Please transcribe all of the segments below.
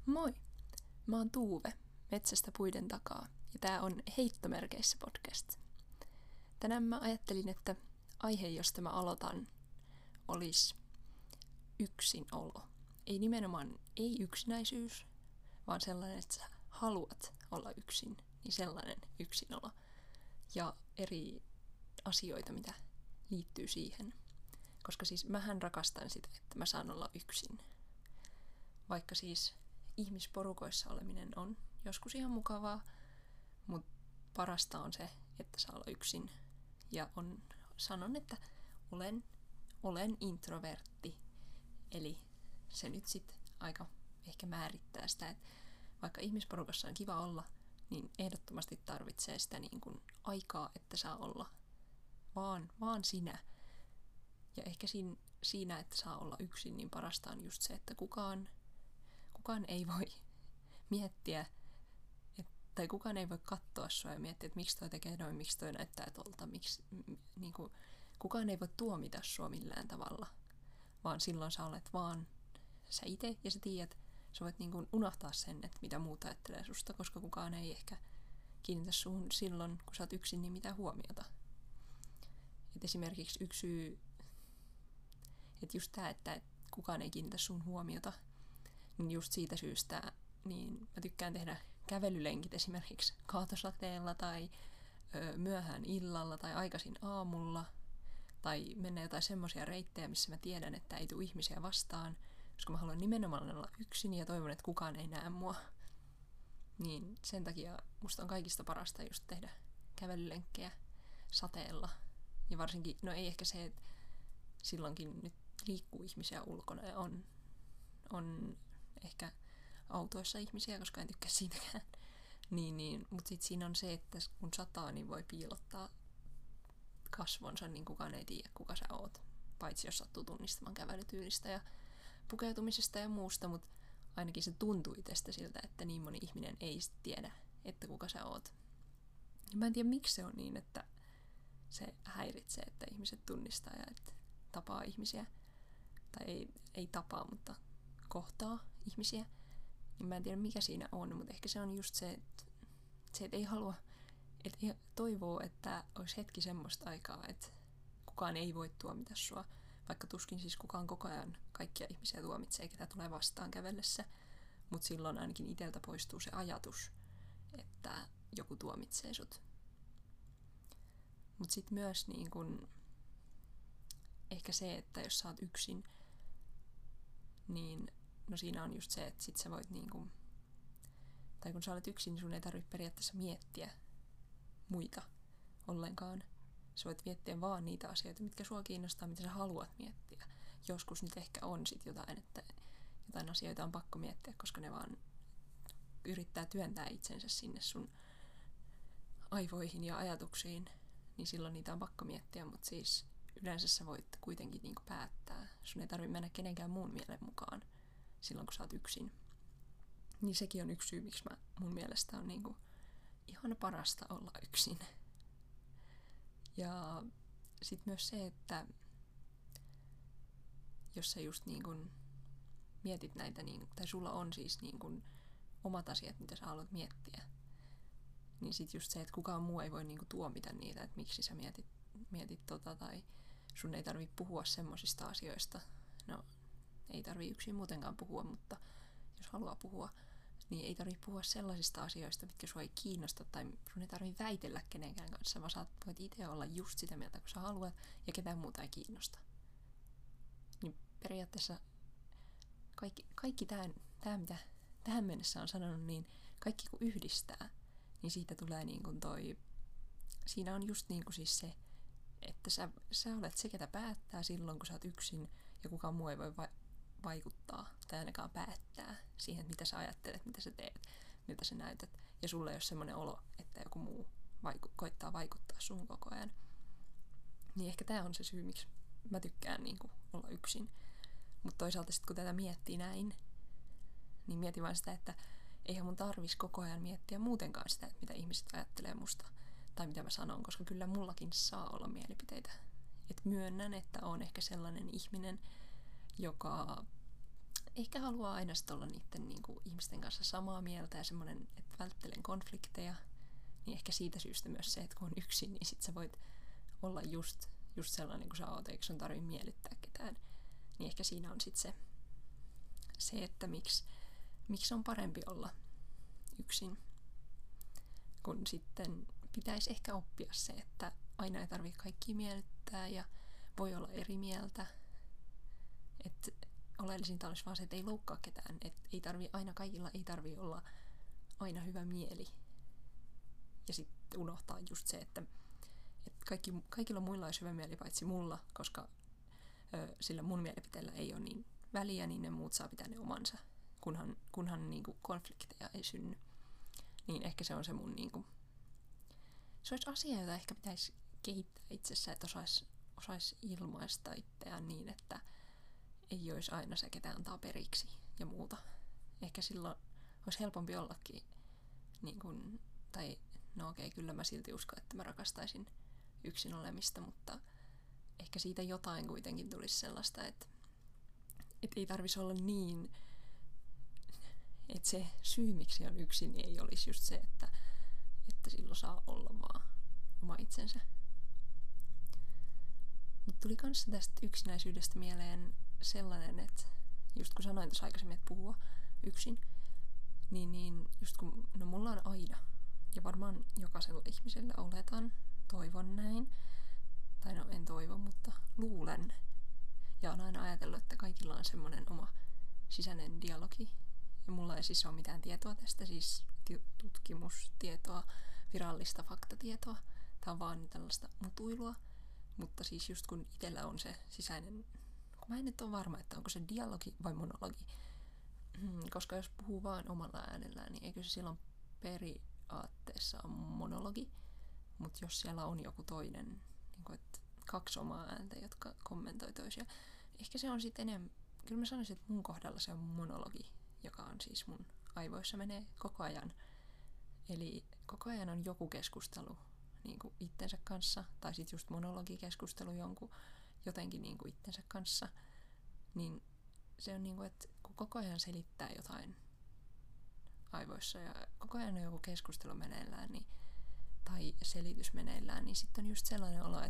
Moi! Mä oon Tuuve, Metsästä puiden takaa, ja tää on Heittomerkeissä podcast. Tänään mä ajattelin, että aihe, josta mä aloitan, olisi yksinolo. Ei nimenomaan ei-yksinäisyys, vaan sellainen, että sä haluat olla yksin, niin sellainen yksinolo. Ja eri asioita, mitä liittyy siihen. Koska siis mähän rakastan sitä, että mä saan olla yksin. Vaikka siis ihmisporukoissa oleminen on joskus ihan mukavaa, mutta parasta on se, että saa olla yksin. Ja sanon, että olen introvertti. Eli se nyt sitten aika ehkä määrittää sitä, että vaikka ihmisporukassa on kiva olla, niin ehdottomasti tarvitsee sitä niin kuin aikaa, että saa olla vaan sinä. Ja ehkä siinä, että saa olla yksin, niin parasta on just se, että kukaan ei voi miettiä, tai kukaan ei voi katsoa sua ja miettiä, että miksi toi tekee noin, miksi toi näyttää tolta, kukaan ei voi tuomita sua millään tavalla, vaan silloin sä olet vaan sä itse ja sä tiedät, sä voit niin kuin unohtaa sen, että mitä muuta ajattelee susta, koska kukaan ei ehkä kiinnitä suhun silloin, kun sä oot yksin, niin mitään huomiota. Et esimerkiksi yksi syy, että just tää, että kukaan ei kiinnitä sun huomiota, niin just siitä syystä niin mä tykkään tehdä kävelylenkit esimerkiksi kaatosateella tai myöhään illalla tai aikaisin aamulla tai mennä jotain semmoisia reittejä, missä mä tiedän, että ei tule ihmisiä vastaan, koska mä haluan nimenomaan olla yksin ja toivon, että kukaan ei näe mua. Niin sen takia musta on kaikista parasta just tehdä kävelylenkkejä sateella. Ja varsinkin, no ei ehkä se, että silloinkin nyt liikkuu ihmisiä ulkona ja on ehkä autoissa ihmisiä, koska en tykkää siitäkään. Mutta sitten siinä on se, että kun sataa, niin voi piilottaa kasvonsa, niin kukaan ei tiedä, kuka sä oot. Paitsi jos sattuu tunnistamaan kävelytyylistä ja pukeutumisesta ja muusta, mutta ainakin se tuntuu itsestä siltä, että niin moni ihminen ei sit tiedä, että kuka sä oot. Ja mä en tiedä, miksi se on niin, että se häiritsee, että ihmiset tunnistaa ja että tapaa ihmisiä. Tai ei tapaa, mutta kohtaa ihmisiä. Niin mä en tiedä, mikä siinä on, mutta ehkä se on just se, että ei halua, että toivoo, että olisi hetki semmoista aikaa, että kukaan ei voi tuomita sua, vaikka tuskin siis kukaan koko ajan kaikkia ihmisiä tuomitsee, ketä tulee vastaan kävellessä, mutta silloin ainakin itseltä poistuu se ajatus, että joku tuomitsee sut. Mutta sitten myös niin kun, ehkä se, että jos sä oot yksin, niin no siinä on just se, että sit sä voit niinku, tai kun sä olet yksin, niin sun ei tarvitse periaatteessa miettiä muita ollenkaan. Sä voit miettiä vaan niitä asioita, mitkä sua kiinnostaa, mitä sä haluat miettiä. Joskus nyt ehkä on sit jotain, että jotain asioita on pakko miettiä, koska ne vaan yrittää työntää itsensä sinne sun aivoihin ja ajatuksiin, niin silloin niitä on pakko miettiä, mutta siis yleensä sä voit kuitenkin niinku päättää. Sun ei tarvitse mennä kenenkään muun mielen mukaan silloin, kun sä oot yksin. Niin sekin on yksi syy, miksi mun mielestä on niinku ihan parasta olla yksin. Ja sit myös se, että jos sä just niinku mietit näitä, tai sulla on siis niinku omat asiat, mitä sä haluat miettiä, niin sit just se, että kukaan muu ei voi niinku tuomita niitä, että miksi sä mietit tai sun ei tarvitse puhua semmosista asioista. No, ei tarvitse yksin muutenkaan puhua, mutta jos haluaa puhua, niin ei tarvitse puhua sellaisista asioista, mitkä sua ei kiinnosta, tai sun ei tarvitse väitellä kenenkään kanssa, vaan sä voit itse olla just sitä mieltä, kun sä haluat, ja ketään muuta ei kiinnosta. Niin periaatteessa kaikki tämä, mitä tähän mennessä on sanonut, niin kaikki kun yhdistää, niin siitä tulee niin kuin siinä on just niin kuin siis se, että sä olet se, ketä päättää silloin, kun sä oot yksin, ja kukaan muu ei voi vaikuttaa tai ainakaan päättää siihen, mitä sä ajattelet, mitä sä teet, miltä sä näytät. Ja sulle ei ole semmoinen olo, että joku muu koittaa vaikuttaa suhun koko ajan. Niin ehkä tää on se syy, miksi mä tykkään niinku olla yksin. Mutta toisaalta sitten kun tätä miettii näin, niin mietin vaan sitä, että eihän mun tarvis koko ajan miettiä muutenkaan sitä, että mitä ihmiset ajattelee musta tai mitä mä sanon, koska kyllä mullakin saa olla mielipiteitä. Et myönnän, että on ehkä sellainen ihminen, joka ehkä haluaa aina sit olla niiden niinku ihmisten kanssa samaa mieltä ja semmoinen, että välttelen konflikteja, niin ehkä siitä syystä myös se, että kun on yksin, niin sit sä voit olla just sellainen kuin sä oot, eikä sun tarvitse miellyttää ketään. Niin ehkä siinä on sit se että miksi on parempi olla yksin, kun sitten pitäisi ehkä oppia se, että aina ei tarvitse kaikkia miellyttää ja voi olla eri mieltä. Että oleellisinta olisi vaan se, että ei loukkaa ketään. Että kaikilla ei tarvitse olla aina hyvä mieli. Ja sitten unohtaa just se, että kaikilla muilla olisi hyvä mieli paitsi mulla, koska sillä mun mielipiteellä ei ole niin väliä, niin ne muut saa pitää ne omansa, kunhan niinku konflikteja ei synny. Niin ehkä se on se mun niinku, se olisi asia, jota ehkä pitäisi kehittää itsessä, että osais ilmaista itseään niin, että ei olisi aina se, ketä antaa periksi ja muuta. Ehkä silloin olisi helpompi ollakin, niin kuin, tai no okei, kyllä mä silti uskon, että mä rakastaisin yksin olemista, mutta ehkä siitä jotain kuitenkin tulisi sellaista, että ei tarvitsisi olla niin, että se syy, miksi on yksin, niin ei olisi just se, että silloin saa olla vaan oma itsensä. Mutta tuli kanssa tästä yksinäisyydestä mieleen sellainen, että just kun sanoin tuossa aikaisemmin, että puhua yksin, niin just kun, no mulla on aina, ja varmaan jokaisella ihmisellä oletan, toivon näin, tai no en toivo, mutta luulen, ja on aina ajatellut, että kaikilla on semmoinen oma sisäinen dialogi, ja mulla ei siis ole mitään tietoa tästä, siis tutkimustietoa, virallista faktatietoa, tää on vaan tällaista mutuilua, mutta siis just kun itsellä on se sisäinen, kun mä en nyt ole varma, että onko se dialogi vai monologi, koska jos puhuu vaan omalla äänellään, niin eikö se silloin periaatteessa on monologi, mutta jos siellä on joku toinen, niin kuin, että kaksi omaa ääntä, jotka kommentoi toisia, ehkä se on sitten enemmän, kyllä mä sanoisin, että mun kohdalla se on monologi, joka on siis mun aivoissa menee koko ajan. Eli koko ajan on joku keskustelu niin kuin itsensä kanssa, tai sitten just monologikeskustelu jotenkin niin kuin itsensä kanssa, niin se on niin kuin, että kun koko ajan selittää jotain aivoissa ja koko ajan on joku keskustelu meneillään tai selitys meneillään, niin sitten on just sellainen olo,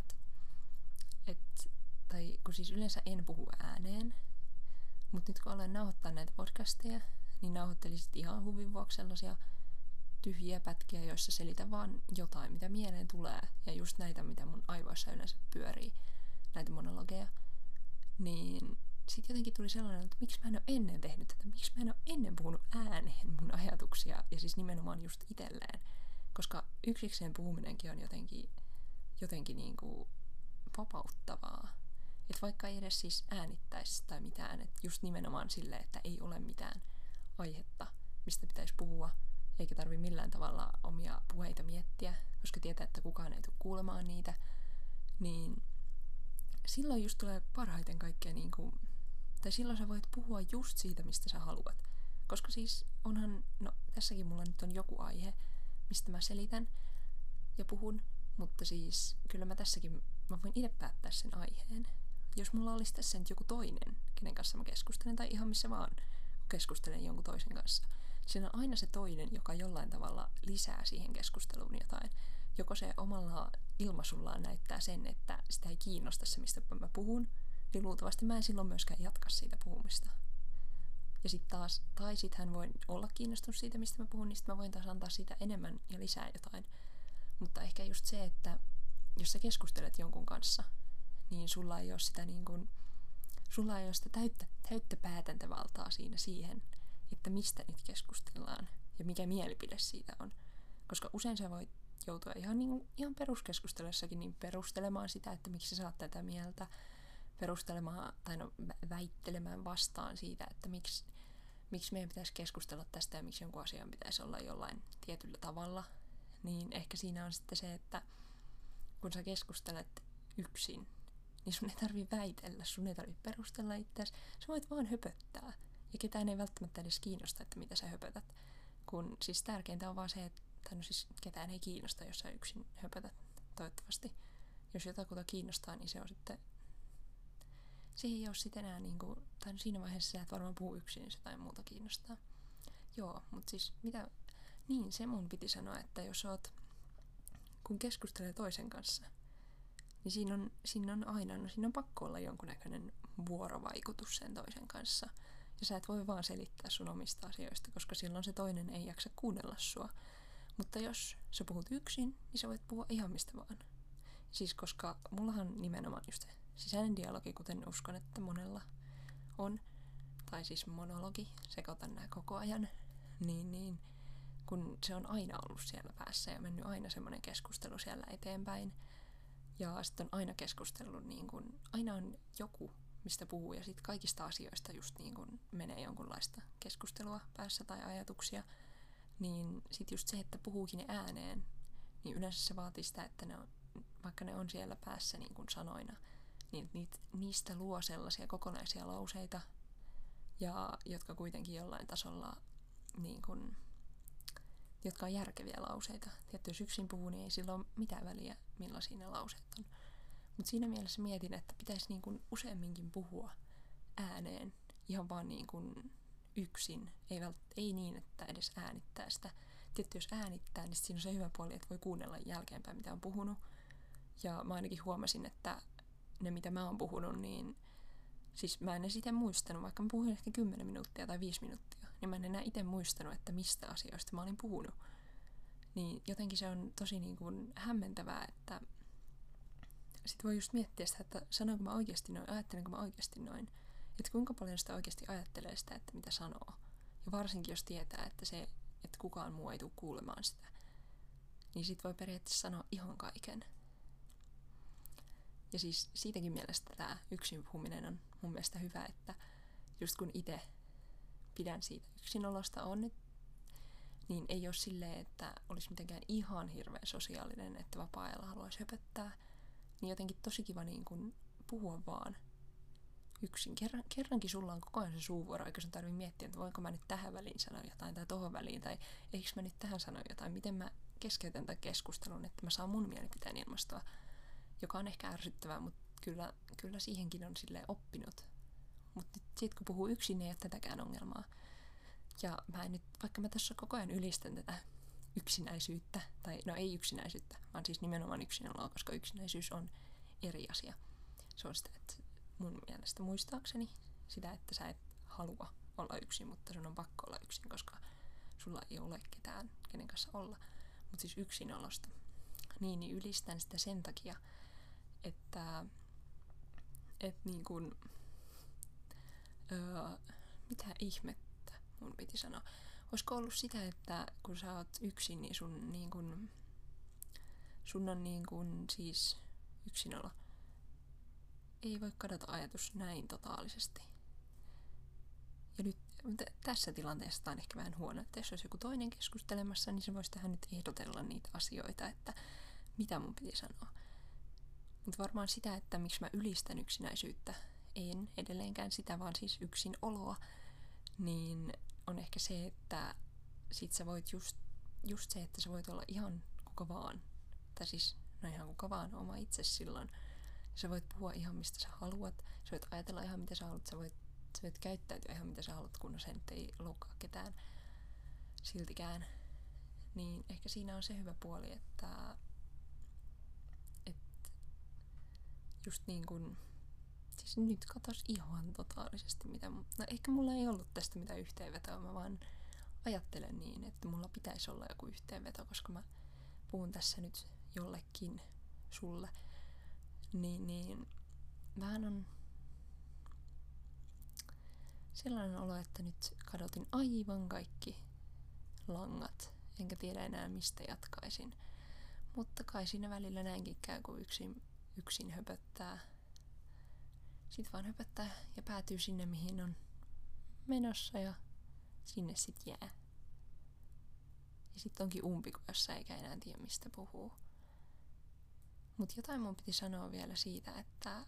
tai kun siis yleensä en puhu ääneen, mutta nyt kun aloin nauhoittaa näitä podcasteja, niin nauhoittelisit ihan huvin vuoksi sellaisia tyhjiä pätkiä, joissa selitän vaan jotain, mitä mieleen tulee, ja just näitä, mitä mun aivoissa yleensä pyörii, näitä monologeja, niin sitten jotenkin tuli sellainen, että miksi mä en ole ennen tehnyt tätä, miksi mä en ole ennen puhunut ääneen mun ajatuksia, ja siis nimenomaan just itselleen, koska yksikseen puhuminenkin on jotenkin niin kuin vapauttavaa, että vaikka ei edes siis äänittäisi tai mitään, että just nimenomaan silleen, että ei ole mitään aihetta, mistä pitäisi puhua, eikä tarvi millään tavalla omia puheita miettiä, koska tietää, että kukaan ei tule kuulemaan niitä, niin silloin just tulee parhaiten kaikkea tai silloin sä voit puhua just siitä, mistä sä haluat. Koska siis onhan, no tässäkin mulla nyt on joku aihe, mistä mä selitän ja puhun, mutta siis kyllä mä voin itse päättää sen aiheen. Jos mulla olisi tässä nyt joku toinen, kenen kanssa mä keskustelen, tai ihan missä vaan, kun keskustelen jonkun toisen kanssa, siinä on aina se toinen, joka jollain tavalla lisää siihen keskusteluun jotain. Joko se omalla ilmaisullaan näyttää sen, että sitä ei kiinnosta se, mistä mä puhun, niin luultavasti mä en silloin myöskään jatka siitä puhumista. Ja sitten taas, tai sit hän voi olla kiinnostunut siitä, mistä mä puhun, niin sit mä voin taas antaa siitä enemmän ja lisää jotain. Mutta ehkä just se, että jos sä keskustelet jonkun kanssa, niin sulla ei ole sitä täyttä päätäntävaltaa siinä siihen, että mistä nyt keskustellaan ja mikä mielipide siitä on. Koska usein sä voit joutua ihan peruskeskustelussakin niin perustelemaan sitä, että miksi sä saat tätä mieltä, perustelemaan tai väittelemään vastaan siitä, että miksi meidän pitäisi keskustella tästä ja miksi jonkun asian pitäisi olla jollain tietyllä tavalla. Niin ehkä siinä on sitten se, että kun sä keskustelet yksin, niin sun ei tarvitse väitellä, sun ei tarvitse perustella itseäsi, sä voit vaan höpöttää. Ja ketään ei välttämättä edes kiinnosta, että mitä sä höpötät. Kun siis tärkeintä on vaan se, että siis ketään ei kiinnosta, jos sä yksin höpötät, toivottavasti. Jos jotakuta kiinnostaa, niin se on sitten se ei ole sit enää niinku, tai siinä vaiheessa sä et varmaan puhu yksin, jos jotain muuta kiinnostaa. Joo, mutta siis mitä, niin se mun piti sanoa, että jos oot, kun keskustelee toisen kanssa, niin siinä on aina, no siinä on pakko olla jonkunnäköinen vuorovaikutus sen toisen kanssa. Ja sä et voi vaan selittää sun omista asioista, koska silloin se toinen ei jaksa kuunnella sua. Mutta jos sä puhut yksin, niin sä voit puhua ihan mistä vaan. Siis koska mullahan nimenomaan just se sisäinen dialogi, kuten uskon, että monella on, tai siis monologi, sekoitan nää koko ajan, niin kun se on aina ollut siellä päässä ja mennyt aina semmoinen keskustelu siellä eteenpäin, ja sitten on aina keskustellut, niin kun, aina on joku, mistä puhuu, ja sitten kaikista asioista just niin kun menee jonkunlaista keskustelua päässä tai ajatuksia, niin sitten just se, että puhuukin ne ääneen, niin yleensä se vaatii sitä, että vaikka ne on siellä päässä niin kuin sanoina, niin niistä luo sellaisia kokonaisia lauseita, ja jotka kuitenkin jollain tasolla, niin kuin, jotka on järkeviä lauseita. Tietysti jos yksin puhuu, niin ei sillä ole mitään väliä, millaisia ne lauseet on. Mutta siinä mielessä mietin, että pitäisi niin kuin useamminkin puhua ääneen, ihan vaan niin kuin yksin. Ei niin, että edes äänittää sitä. Tietysti jos äänittää, niin siinä on se hyvä puoli, että voi kuunnella jälkeenpäin, mitä on puhunut. Ja mä ainakin huomasin, että ne, mitä mä oon puhunut, niin siis mä en edes itse muistanut, vaikka mä puhuin ehkä 10 minuuttia tai 5 minuuttia, niin mä en enää itse muistanut, että mistä asioista mä olin puhunut. Niin jotenkin se on tosi niin kuin hämmentävää, että sit voi just miettiä sitä, että sanoinko mä oikeasti noin, ajattelenko mä oikeasti noin. Että kuinka paljon sitä oikeasti ajattelee sitä, että mitä sanoo. Ja varsinkin jos tietää, että kukaan muu ei tule kuulemaan sitä, niin sit voi periaatteessa sanoa ihan kaiken. Ja siis siitäkin mielestä tämä yksin puhuminen on mun mielestä hyvä, että just kun itse pidän siitä yksinolosta niin ei ole silleen, että olisi mitenkään ihan hirveän sosiaalinen, että vapaa-ajalla haluaisi höpöttää. Niin jotenkin tosi kiva niin kun puhua vaan yksin. Kerrankin sulla on koko ajan se suuvuoro, eikä sun tarvitse miettiä, että voinko mä nyt tähän väliin sanoa jotain tai tohon väliin, tai eikö mä nyt tähän sanoa jotain, miten mä keskeytän tämän keskustelun, että mä saan mun mielipiteen ilmastoa, joka on ehkä ärsyttävää, mutta kyllä siihenkin on silleen oppinut. Mutta sitten kun puhuu yksin, niin ei ole tätäkään ongelmaa. Ja vaikka mä tässä koko ajan ylistän tätä yksinäisyyttä, tai no ei yksinäisyyttä, vaan siis nimenomaan yksinoloa, koska yksinäisyys on eri asia. Se on sitä, että mun mielestä muistaakseni sitä, että sä et halua olla yksin, mutta sun on pakko olla yksin, koska sulla ei ole ketään, kenen kanssa olla. Mutta siis yksinolosta. Niin ylistän sitä sen takia, että niin kun, mitä ihmettä mun piti sanoa. Olisiko ollut sitä, että kun sä oot yksin, niin sun on niin kun siis yksinolo. Ei voi kadota ajatus näin totaalisesti. Ja nyt tässä tilanteessa tämä on ehkä vähän huono, että jos olisi joku toinen keskustelemassa, niin se voisi tähän nyt ehdotella niitä asioita, että mitä mun piti sanoa. Mutta varmaan sitä, että miksi mä ylistän yksinäisyyttä, en edelleenkään sitä, vaan siis yksinoloa, niin on ehkä se, että sit sä voit just se, että sä voit olla ihan kuka vaan. Tai siis, no ihan kuka vaan, oma itse silloin. Sä voit puhua ihan mistä sä haluat, sä voit ajatella ihan mitä sä haluat, sä voit käyttäytyä ihan mitä sä haluat, kun se nyt ei loukkaa ketään siltikään. Niin ehkä siinä on se hyvä puoli, että just niin kuin, siis nyt katos ihan totaalisesti no ehkä mulla ei ollut tästä mitään yhteenvetoa, mä vaan ajattelen niin, että mulla pitäisi olla joku yhteenveto, koska mä puhun tässä nyt jollekin sulle, niin vähän on sellainen olo, että nyt kadotin aivan kaikki langat, enkä tiedä enää mistä jatkaisin, mutta kai siinä välillä näinkin käy, kun yksin höpöttää. Sitten vaan höpöttää ja päätyy sinne, mihin on menossa ja sinne sit jää. Ja sitten onkin umpikujassa eikä enää tiedä mistä puhuu. Mut jotain mun piti sanoa vielä siitä, että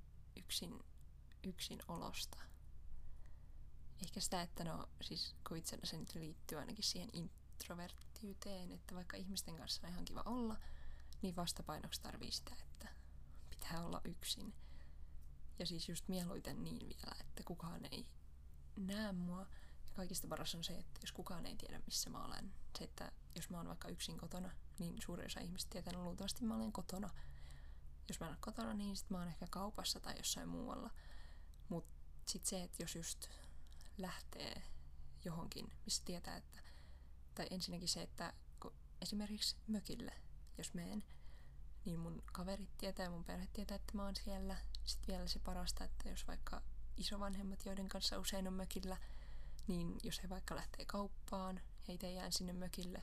yksin olosta. Ehkä sitä, että no siis kun itsellä se nyt liittyy ainakin siihen introverttiyteen, että vaikka ihmisten kanssa on ihan kiva olla, niin vastapainoksi tarvii sitä, että pitää olla yksin. Ja siis just mieluiten niin vielä, että kukaan ei näe mua. Ja kaikista paras on se, että jos kukaan ei tiedä, missä mä olen. Se, että jos mä oon vaikka yksin kotona, niin suurin osa ihmistä tietää, että luultavasti mä olen kotona. Jos mä en ole kotona, niin sit mä oon ehkä kaupassa tai jossain muualla. Mut sit se, että jos just lähtee johonkin, missä tietää, että... Tai ensinnäkin se, että esimerkiksi mökille, jos menen, niin mun kaverit tietää ja mun perhe tietää, että mä oon siellä. Sitten vielä se parasta, että jos vaikka isovanhemmat, joiden kanssa usein on mökillä, niin jos he vaikka lähtee kauppaan, heitä jää sinne mökille,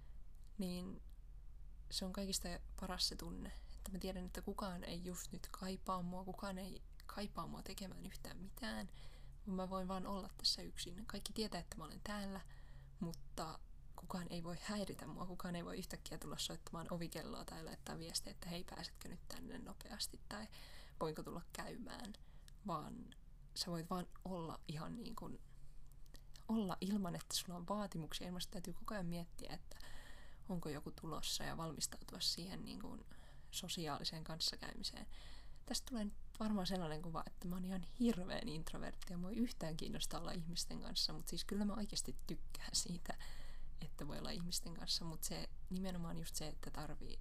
niin se on kaikista paras se tunne. Että mä tiedän, että kukaan ei just nyt kaipaa mua, kukaan ei kaipaa mua tekemään yhtään mitään, vaan mä voin vaan olla tässä yksin. Kaikki tietää, että mä olen täällä, mutta kukaan ei voi häiritä mua, kukaan ei voi yhtäkkiä tulla soittamaan ovikelloa tai laittaa viestiä, että hei, pääsetkö nyt tänne nopeasti tai voinko tulla käymään, vaan sä voit vaan olla ihan niin kuin, olla ilman, että sulla on vaatimuksia, ilman täytyy koko ajan miettiä, että onko joku tulossa ja valmistautua siihen niin kuin sosiaaliseen kanssakäymiseen. Tästä tulee varmaan sellainen kuva, että mä oon ihan hirveän introvertti ja mua ei yhtään kiinnostaa olla ihmisten kanssa, mutta siis kyllä mä oikeasti tykkään siitä, että voi olla ihmisten kanssa, mutta se nimenomaan just se, että tarvii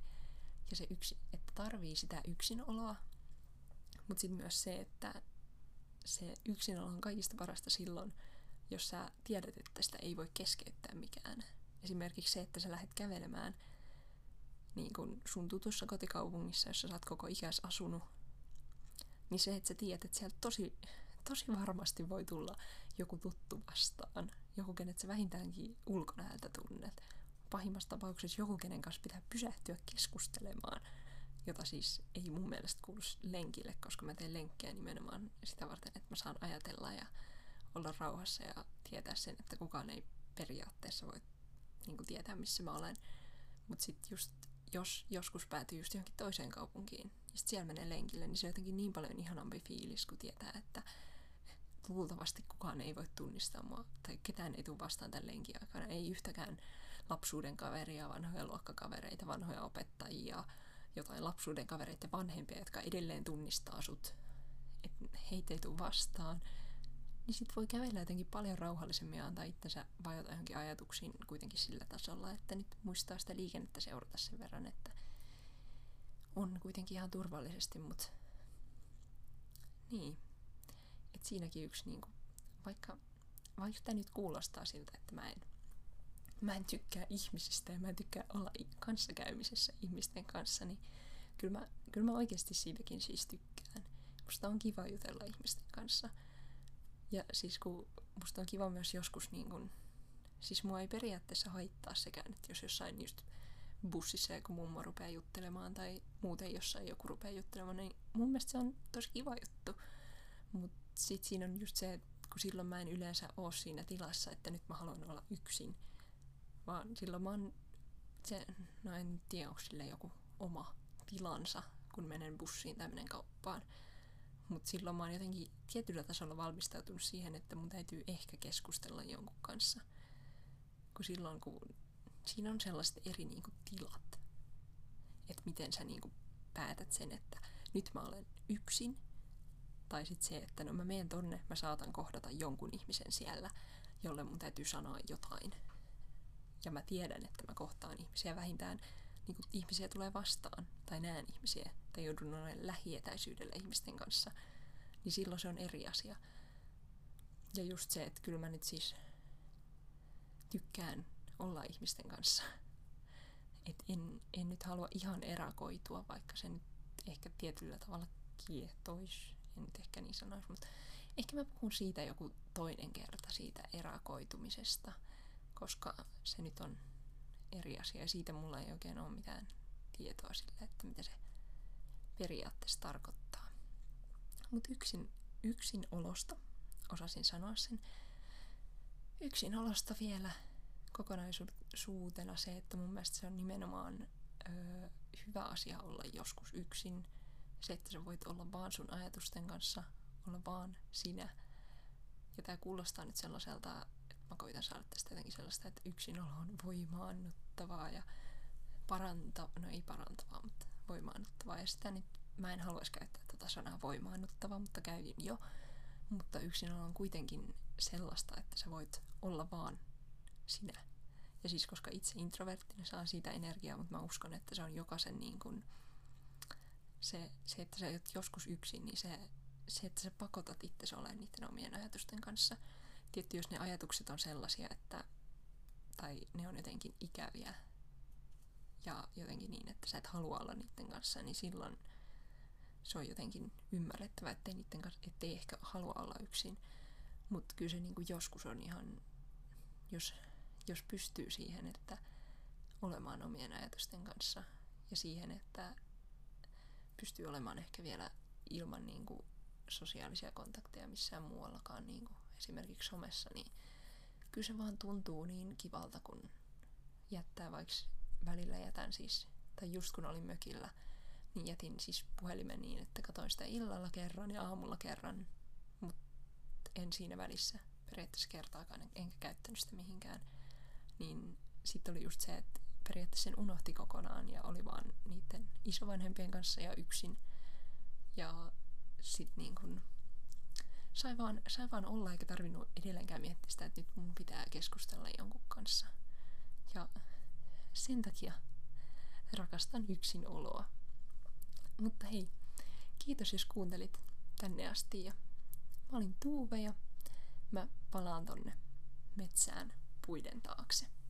ja se että tarvii sitä yksinoloa, mutta sitten myös se, että se yksinolo on kaikista parasta silloin, jos sä tiedät, että sitä ei voi keskeyttää mikään. Esimerkiksi se, että sä lähdet kävelemään niin kun sun tutussa kotikaupungissa, jossa sä oot koko ikäs asunut, niin se, että sä tiedät, että sieltä tosi varmasti voi tulla joku tuttu vastaan. Joku, kenet sä vähintäänkin ulkonäöltä tunnet. Pahimmassa tapauksessa joku, kenen kanssa pitää pysähtyä keskustelemaan, jota siis ei mun mielestä kuulu lenkille, koska mä teen lenkkejä nimenomaan sitä varten, että mä saan ajatella ja olla rauhassa ja tietää sen, että kukaan ei periaatteessa voi niin kuin tietää, missä mä olen. Mutta sitten just, jos joskus päätyy just johonkin toiseen kaupunkiin, ja sit siellä menee lenkille, niin se on jotenkin niin paljon ihanampi fiilis, kun tietää, että luultavasti kukaan ei voi tunnistaa mua, tai ketään ei tule vastaan tämän lenkin aikana. Ei yhtäkään lapsuuden kaveria, vanhoja luokkakavereita, vanhoja opettajia, jotain lapsuuden kavereita vanhempia, jotka edelleen tunnistaa sut, että heitä ei tule vastaan. Niin sit voi kävellä jotenkin paljon rauhallisemmin ja antaa itsensä vajota johonkin ajatuksiin kuitenkin sillä tasolla, että nyt muistaa sitä liikennettä seurata sen verran, että on kuitenkin ihan turvallisesti, mutta niin. Että siinäkin yksi, niinku, vaikka tämä nyt kuulostaa siltä, että mä en tykkää ihmisistä ja mä en tykkää olla kanssakäymisessä ihmisten kanssa, niin kyllä mä oikeasti siitäkin siis tykkään. Musta on kiva jutella ihmisten kanssa. Ja siis kun musta on kiva myös joskus niin kun, siis mua ei periaatteessa haittaa sekään, että jos jossain just bussissa joku mummo rupeaa juttelemaan tai muuten jossain joku rupeaa juttelemaan, niin mun mielestä se on tosi kiva juttu. Mut sit siinä on just se, että kun silloin mä en yleensä oo siinä tilassa, että nyt mä haluan olla yksin, vaan silloin mä oon no en tiedä, onko sille joku oma tilansa, kun menen bussiin tai menen kauppaan. Mutta silloin mä oon jotenkin tietyllä tasolla valmistautunut siihen, että mun täytyy ehkä keskustella jonkun kanssa. Kun silloin, kun siinä on sellaiset eri niinku tilat, että miten sä niinku päätät sen, että nyt mä olen yksin, tai sitten se, että no mä menen tonne, mä saatan kohdata jonkun ihmisen siellä, jolle mun täytyy sanoa jotain. Ja mä tiedän, että mä kohtaan ihmisiä vähintään, niin kuin ihmisiä tulee vastaan, tai näen ihmisiä, tai joudun olemaan lähietäisyydellä ihmisten kanssa, niin silloin se on eri asia. Ja just se, että kyllä mä nyt siis tykkään olla ihmisten kanssa. Et en nyt halua ihan erakoitua, vaikka se nyt ehkä tietyllä tavalla kiehtoisi, en nyt ehkä niin sanoisi, mutta ehkä mä puhun siitä joku toinen kerta, siitä erakoitumisesta, koska se nyt on eri asia ja siitä mulla ei oikein ole mitään tietoa sille, että mitä se periaatteessa tarkoittaa. Mutta yksinolosta, osasin sanoa sen, yksinolosta vielä kokonaisuutena se, että mun mielestä se on nimenomaan hyvä asia olla joskus yksin. Se, että sä voit olla vaan sun ajatusten kanssa, olla vaan sinä. Ja tää kuulostaa nyt sellaiselta, että mä koitan saada tästä jotenkin sellaista, että yksinolo on voimaannuttavaa ja ei parantavaa, mutta voimaannuttavaa. Ja sitä nyt mä en haluaisi käyttää tota sanaa voimaannuttava, mutta käytin jo. Mutta yksinolo on kuitenkin sellaista, että sä voit olla vaan sinä. Ja siis koska itse introverttina saan siitä energiaa, mutta mä uskon, että se on jokaisen niin kuin se, että sä oot joskus yksin, niin se, että sä pakotat itsesi olemaan niiden omien ajatusten kanssa. Tietty, jos ne ajatukset on sellaisia, että tai ne on jotenkin ikäviä ja jotenkin niin, että sä et halua olla niiden kanssa, niin silloin se on jotenkin ymmärrettävä, ettei niiden kanssa, ettei ehkä halua olla yksin. Mutta kyllä se niinku joskus on ihan, jos pystyy siihen, että olemaan omien ajatusten kanssa ja siihen, että pystyy olemaan ehkä vielä ilman niinku sosiaalisia kontakteja missään muuallakaan, niinku esimerkiksi somessa, niin kyllä se vaan tuntuu niin kivalta, kun jättää, vaikka välillä jätän siis, tai just kun olin mökillä, niin jätin siis puhelimen niin, että katsoin sitä illalla kerran ja aamulla kerran, mutta en siinä välissä periaatteessa kertaakaan, enkä käyttänyt sitä mihinkään. Niin sitten oli just se, että periaatteessa sen unohti kokonaan ja oli vaan niiden isovanhempien kanssa ja yksin. Ja sit niin kun sai vaan olla, eikä tarvinnut edelleenkään miettiä sitä, että nyt mun pitää keskustella jonkun kanssa. Ja sen takia rakastan yksinoloa. Mutta hei, kiitos jos kuuntelit tänne asti. Ja mä olin Tuuve ja mä palaan tonne metsään puiden taakse.